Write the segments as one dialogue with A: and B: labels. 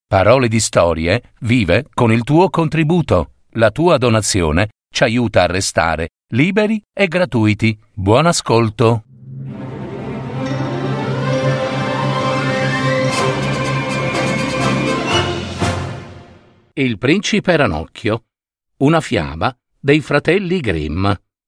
A: Parole di Storie vive con il tuo contributo. La tua donazione ci aiuta a restare liberi e gratuiti. Buon ascolto. Il principe Ranocchio, una fiaba dei fratelli Grimm.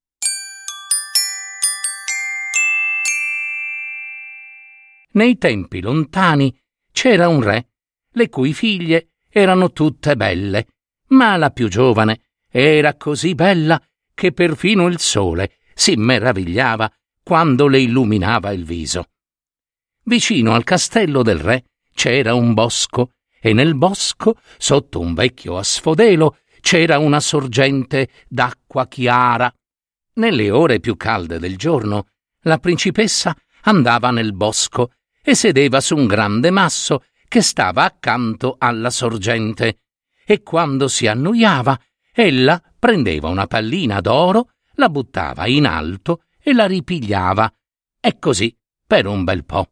A: Nei tempi lontani c'era un re, le cui figlie erano tutte belle, ma la più giovane era così bella che perfino il sole si meravigliava quando le illuminava il viso. Vicino al castello del re c'era un bosco, e nel bosco, sotto un vecchio asfodelo, c'era una sorgente d'acqua chiara. Nelle ore più calde del giorno, la principessa andava nel bosco e sedeva su un grande masso che stava accanto alla sorgente, e quando si annoiava, ella prendeva una pallina d'oro, la buttava in alto e la ripigliava, e così per un bel po'.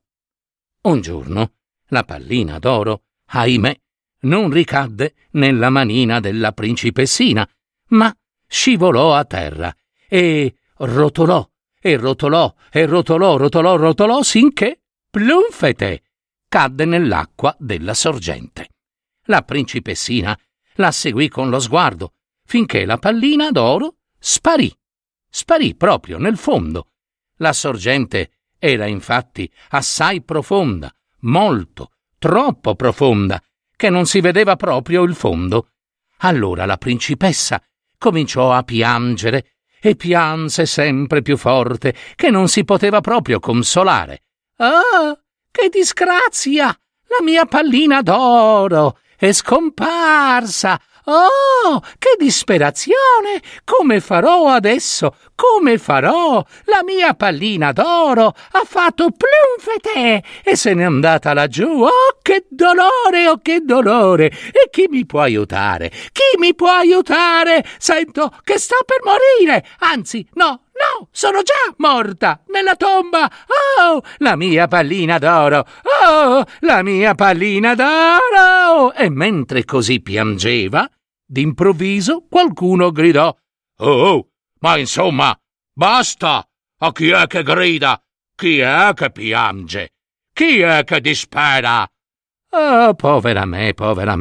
A: Un giorno la pallina d'oro, ahimè, non ricadde nella manina della principessina, ma scivolò a terra e rotolò, e rotolò, e rotolò, rotolò, rotolò, sinché, plumfete, cadde nell'acqua della sorgente. La principessina la seguì con lo sguardo, finché la pallina d'oro sparì proprio nel fondo. La sorgente era infatti assai profonda, molto, troppo profonda, che non si vedeva proprio il fondo. Allora la principessa cominciò a piangere e pianse sempre più forte, che non si poteva proprio consolare. «Ah, che disgrazia! La mia pallina d'oro è scomparsa! Oh, che disperazione! Come farò adesso? Come farò? La mia pallina d'oro ha fatto plumfete e se n'è andata laggiù. Oh, che dolore, oh, che dolore! E chi mi può aiutare? Chi mi può aiutare? Sento che sto per morire! Anzi, no, sono già morta nella tomba! Oh, la mia pallina d'oro! Oh, la mia pallina d'oro! E mentre così piangeva, d'improvviso qualcuno gridò: «Oh, ma insomma, basta! A chi è che grida? Chi è che piange? Chi è che dispera?» «Oh, povera me,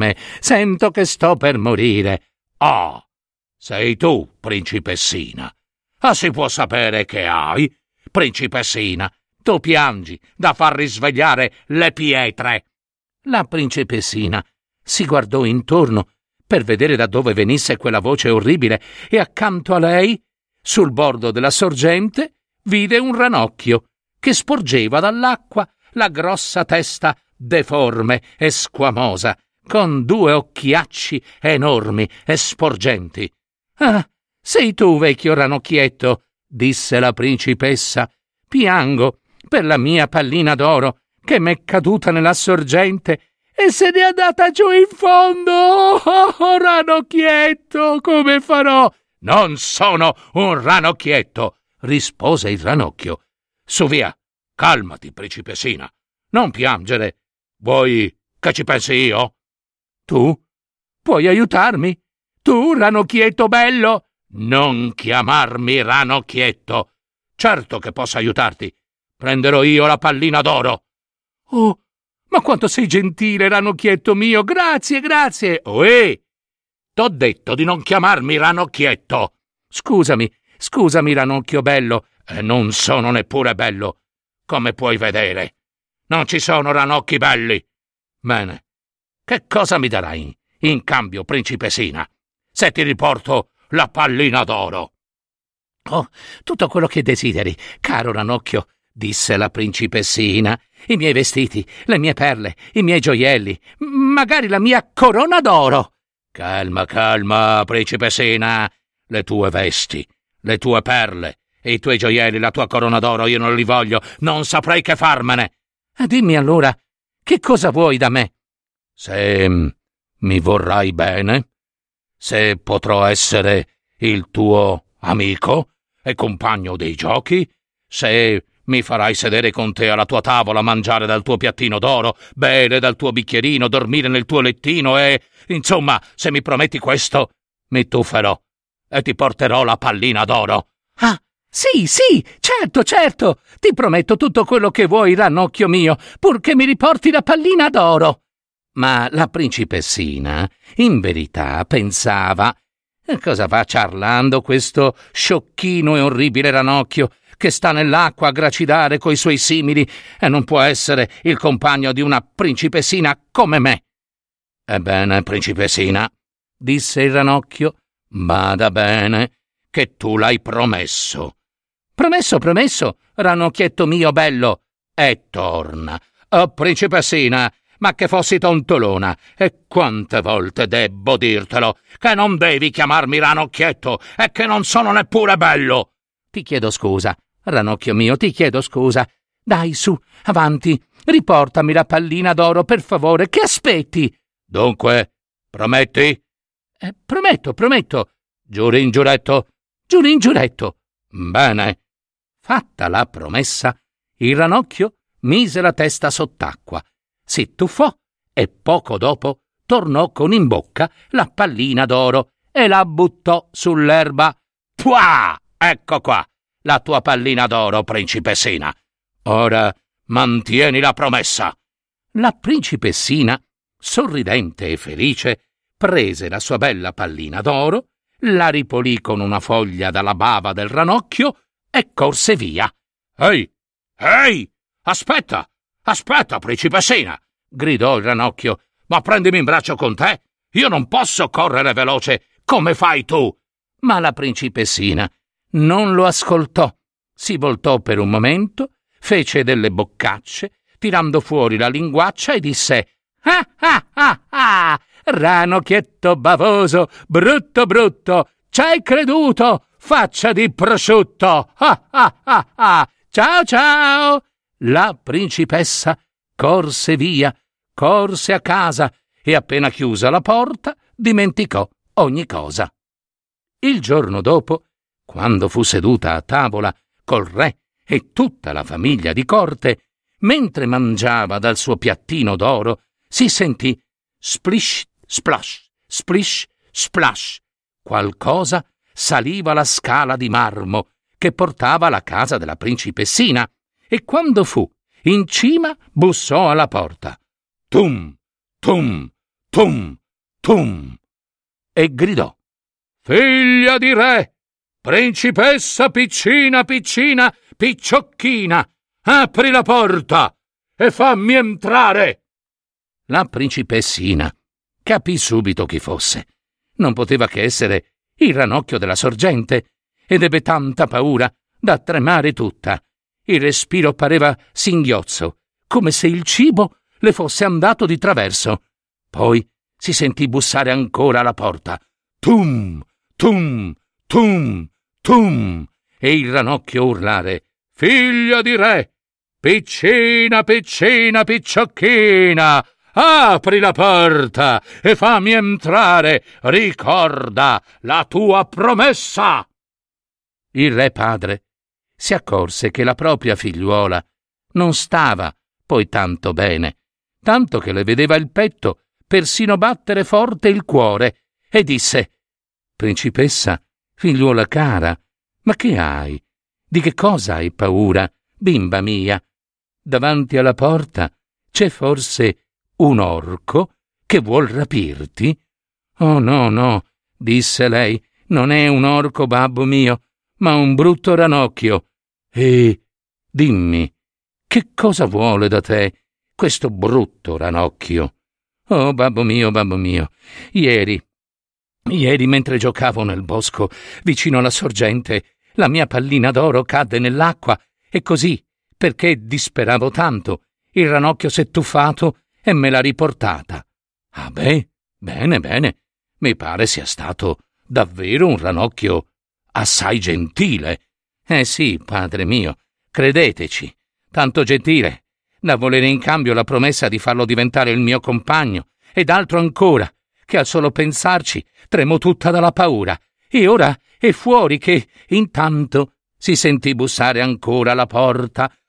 A: sento che sto per morire». «Ah, sei tu, principessina. Ah, si può sapere che hai? Principessina, tu piangi da far risvegliare le pietre». La principessina si guardò intorno per vedere da dove venisse quella voce orribile e accanto a lei, sul bordo della sorgente, vide un ranocchio che sporgeva dall'acqua la grossa testa deforme e squamosa, con due occhiacci enormi e sporgenti. «Ah, sei tu, vecchio ranocchietto», disse la principessa. «Piango per la mia pallina d'oro che m'è caduta nella sorgente e se n'è andata giù in fondo. Oh, ranocchietto, come farò?» «Non sono un ranocchietto», rispose il ranocchio. «Su via, calmati, principessina, non piangere. Vuoi che ci pensi io?» «Tu? Puoi aiutarmi? Tu, ranocchietto bello?» «Non chiamarmi ranocchietto. Certo che posso aiutarti. Prenderò io la pallina d'oro». «Oh, ma quanto sei gentile, ranocchietto mio! Grazie!» «Ohè! T'ho detto di non chiamarmi ranocchietto!» Scusami, ranocchio bello. Non sono neppure bello, come puoi vedere. Non ci sono ranocchi belli. Bene, che cosa mi darai in cambio, principessina, se ti riporto la pallina d'oro?» «Oh, tutto quello che desideri, caro ranocchio», disse la principessina. «I miei vestiti, le mie perle, i miei gioielli, magari la mia corona d'oro». Calma, principessina. Le tue vesti, le tue perle, i tuoi gioielli, la tua corona d'oro io non li voglio, non saprei che farmene». «Dimmi allora, che cosa vuoi da me?» «Se mi vorrai bene, se potrò essere il tuo amico e compagno dei giochi, se Mi farai sedere con te alla tua tavola, mangiare dal tuo piattino d'oro, bere dal tuo bicchierino, dormire nel tuo lettino e... Insomma, se mi prometti questo, mi tufferò e ti porterò la pallina d'oro.
B: Ah, sì, certo, ti prometto tutto quello che vuoi, ranocchio mio, purché mi riporti la pallina d'oro.
A: Ma la principessina, in verità, pensava: cosa va ciarlando questo sciocchino e orribile ranocchio che sta nell'acqua a gracidare coi suoi simili e non può essere il compagno di una principessina come me? Ebbene, principessina, disse il ranocchio, bada bene che tu l'hai promesso.
B: Promesso, ranocchietto mio bello.
A: E torna. Oh, principessina, ma che fossi tontolona, e quante volte debbo dirtelo, che non devi chiamarmi ranocchietto e che non sono neppure bello.
B: Ti chiedo scusa, ranocchio mio, ti chiedo scusa. Dai, su, avanti, riportami la pallina d'oro, per favore, che aspetti?
A: Dunque, prometti?
B: Prometto.
A: Giuri in giuretto?
B: Giuri in giuretto.
A: Bene. Fatta la promessa, il ranocchio mise la testa sott'acqua, si tuffò e poco dopo tornò con in bocca la pallina d'oro e la buttò sull'erba. Puah! Ecco qua, la tua pallina d'oro, principessina. Ora mantieni la promessa. La principessina, sorridente e felice, prese la sua bella pallina d'oro, la ripulì con una foglia dalla bava del ranocchio e corse via. Ehi! Aspetta, principessina! Gridò il ranocchio. Ma prendimi in braccio con te? Io non posso correre veloce come fai tu. Ma la principessina non lo ascoltò. Si voltò per un momento, fece delle boccacce, tirando fuori la linguaccia e disse: Ah! Ranocchietto bavoso, brutto, c'hai creduto, faccia di prosciutto! Ah! Ciao! La principessa corse via, corse a casa e appena chiusa la porta dimenticò ogni cosa. Il giorno dopo, quando fu seduta a tavola col re e tutta la famiglia di corte, mentre mangiava dal suo piattino d'oro, si sentì splish, splash. Qualcosa saliva la scala di marmo che portava alla casa della principessina e quando fu in cima bussò alla porta. Tum e gridò: Figlia di re, principessa piccina, picciocchina, apri la porta e fammi entrare. La principessina capì subito chi fosse. Non poteva che essere il ranocchio della sorgente ed ebbe tanta paura da tremare tutta. Il respiro pareva singhiozzo, come se il cibo le fosse andato di traverso. Poi si sentì bussare ancora alla porta. Tum e il ranocchio urlare: Figlia di re, piccina, picciocchina, apri la porta e fammi entrare, ricorda la tua promessa. Il re padre si accorse che la propria figliuola non stava poi tanto bene, tanto che le vedeva il petto persino battere forte il cuore, e disse: Principessa, figliuola cara, ma che hai? Di che cosa hai paura, bimba mia? Davanti alla porta c'è forse un orco che vuol rapirti? Oh no, disse lei, non è un orco, babbo mio, ma un brutto ranocchio. E dimmi, che cosa vuole da te questo brutto ranocchio? Oh, babbo mio, ieri mentre giocavo nel bosco vicino alla sorgente, la mia pallina d'oro cadde nell'acqua e così, perché disperavo tanto, il ranocchio s'è tuffato e me l'ha riportata. Ah beh, bene, mi pare sia stato davvero un ranocchio assai gentile. Sì, padre mio, credeteci, tanto gentile da volere in cambio la promessa di farlo diventare il mio compagno, ed altro ancora, che al solo pensarci tremo tutta dalla paura, e ora è fuori che, intanto, si sentì bussare ancora alla porta.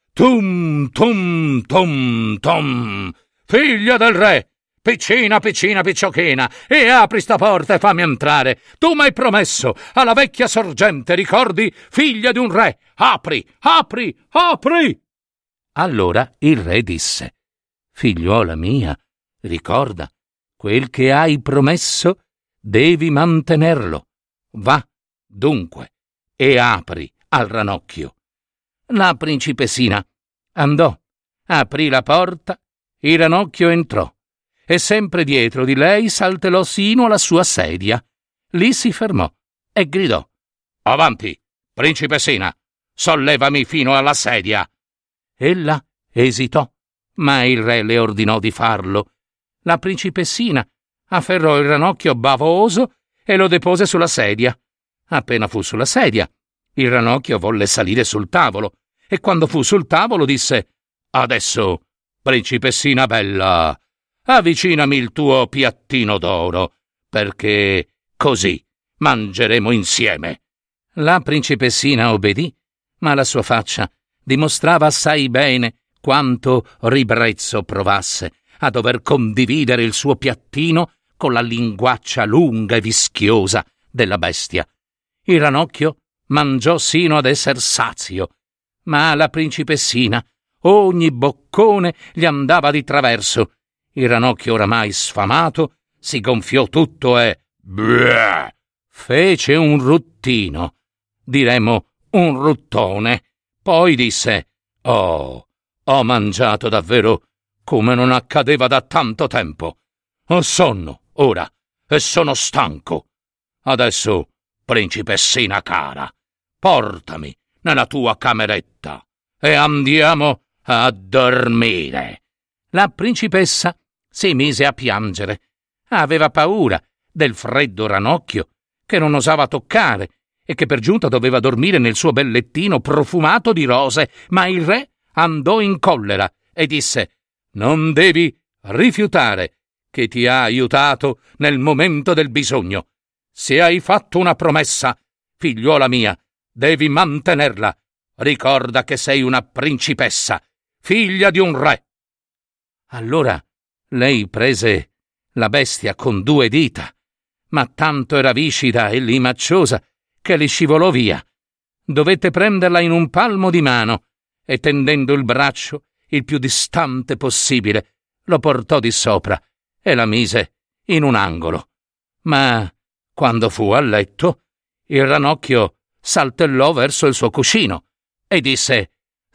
A: Tum, tum, tum, tum. Figlia del re, piccina, piccina, picciocchina, e apri sta porta e fammi entrare. Tu m'hai promesso alla vecchia sorgente, ricordi? Figlia di un re, apri, apri, apri. Allora il re disse: figliuola mia, ricorda, quel che hai promesso devi mantenerlo. Va, dunque, e apri al ranocchio. La principessina andò, aprì la porta, il ranocchio entrò e sempre dietro di lei saltellò sino alla sua sedia. Lì si fermò e gridò: avanti, principessina, sollevami fino alla sedia. Ella esitò, ma il re le ordinò di farlo. La principessina afferrò il ranocchio bavoso e lo depose sulla sedia. Appena fu sulla sedia, il ranocchio volle salire sul tavolo e quando fu sul tavolo disse: adesso, principessina bella, avvicinami il tuo piattino d'oro, perché così mangeremo insieme. La principessina obbedì, ma la sua faccia dimostrava assai bene quanto ribrezzo provasse a dover condividere il suo piattino con la linguaccia lunga e vischiosa della bestia. Il ranocchio mangiò sino ad esser sazio, ma la principessina ogni boccone gli andava di traverso. Il ranocchio oramai sfamato si gonfiò tutto e fece un ruttino, diremmo un ruttone. Poi disse: oh, ho mangiato davvero come non accadeva da tanto tempo. Ho sonno ora e sono stanco. Adesso, principessina cara, portami nella tua cameretta e andiamo a dormire. La principessa si mise a piangere. Aveva paura del freddo ranocchio che non osava toccare e che per giunta doveva dormire nel suo bel lettino profumato di rose, ma il re andò in collera e disse: non devi rifiutare che ti ha aiutato nel momento del bisogno. Se hai fatto una promessa, figliuola mia, devi mantenerla. Ricorda che sei una principessa, figlia di un re. Allora lei prese la bestia con 2 dita, ma tanto era viscida e limacciosa che le scivolò via. Dovette prenderla in un palmo di mano e, tendendo il braccio il più distante possibile, lo portò di sopra e la mise in un angolo. Ma quando fu a letto, il ranocchio saltellò verso il suo cuscino e disse: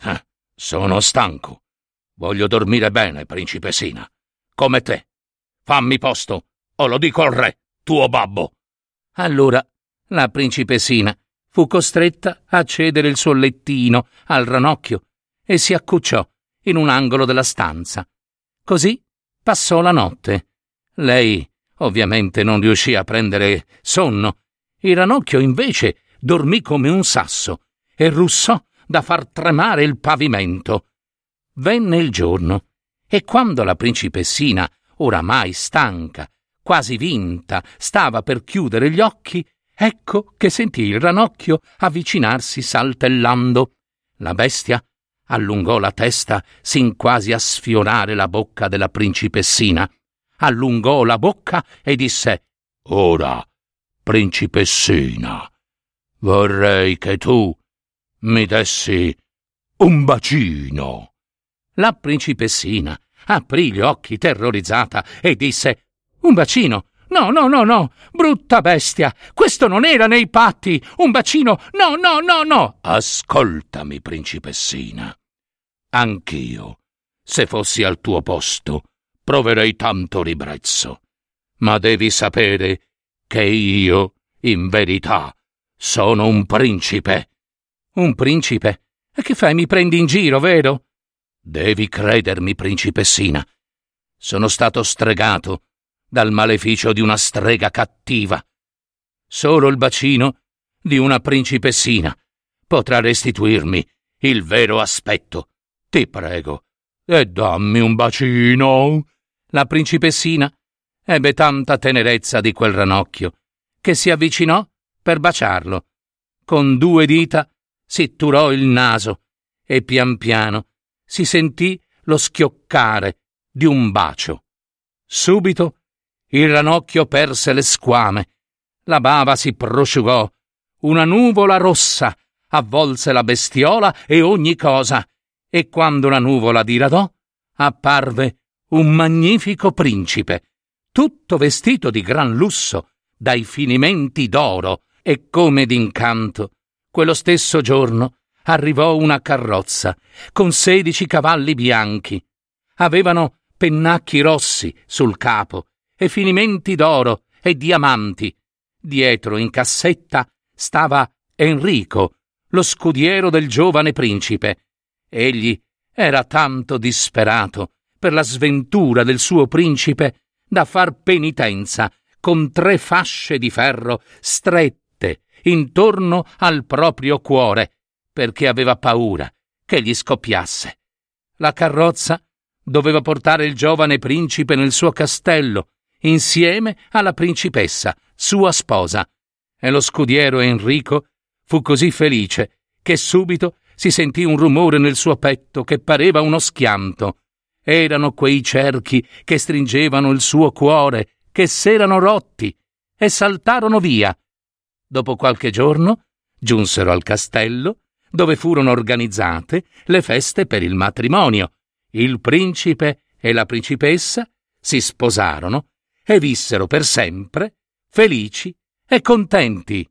A: sono stanco. Voglio dormire bene, principessina, come te. Fammi posto, o lo dico al re, tuo babbo. Allora la principessina fu costretta a cedere il suo lettino al ranocchio e si accucciò in un angolo della stanza. Così passò la notte. Lei ovviamente non riuscì a prendere sonno. Il ranocchio invece dormì come un sasso e russò da far tremare il pavimento. Venne il giorno e quando la principessina, oramai stanca, quasi vinta, stava per chiudere gli occhi, ecco che sentì il ranocchio avvicinarsi saltellando. La bestia allungò la testa sin quasi a sfiorare la bocca della principessina. Allungò la bocca e disse: ora, principessina, vorrei che tu mi dessi un bacino. La principessina aprì gli occhi terrorizzata e disse: un bacino? No, no, no, no, brutta bestia, questo non era nei patti, un bacino, no, no, no, no. Ascoltami, principessina, anch'io, se fossi al tuo posto, proverei tanto ribrezzo, ma devi sapere che io, in verità, sono un principe. Un principe? E che fai, mi prendi in giro, vero? Devi credermi, principessina. Sono stato stregato dal maleficio di una strega cattiva. Solo il bacino di una principessina potrà restituirmi il vero aspetto. Ti prego, e dammi un bacino. La principessina ebbe tanta tenerezza di quel ranocchio che si avvicinò per baciarlo. Con 2 dita si turò il naso e pian piano si sentì lo schioccare di un bacio. Subito il ranocchio perse le squame, la bava si prosciugò, una nuvola rossa avvolse la bestiola e ogni cosa, e quando la nuvola diradò, apparve un magnifico principe, tutto vestito di gran lusso, dai finimenti d'oro, e come d'incanto, quello stesso giorno arrivò una carrozza con 16 cavalli bianchi. Avevano pennacchi rossi sul capo e finimenti d'oro e diamanti. Dietro in cassetta stava Enrico, lo scudiero del giovane principe. Egli era tanto disperato per la sventura del suo principe da far penitenza con 3 fasce di ferro strette intorno al proprio cuore, perché aveva paura che gli scoppiasse. La carrozza doveva portare il giovane principe nel suo castello, insieme alla principessa, sua sposa, e lo scudiero Enrico fu così felice che subito si sentì un rumore nel suo petto che pareva uno schianto. Erano quei cerchi che stringevano il suo cuore, che s'erano rotti e saltarono via. Dopo qualche giorno giunsero al castello, dove furono organizzate le feste per il matrimonio. Il principe e la principessa si sposarono e vissero per sempre felici e contenti.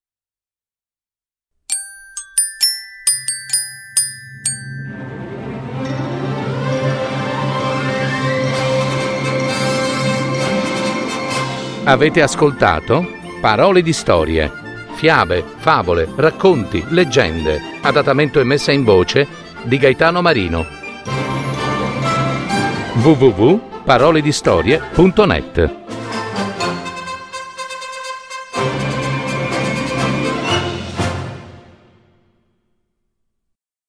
B: Avete ascoltato Parole di storie, fiabe, favole, racconti, leggende, adattamento e messa in voce di Gaetano Marino. www.paroledistorie.net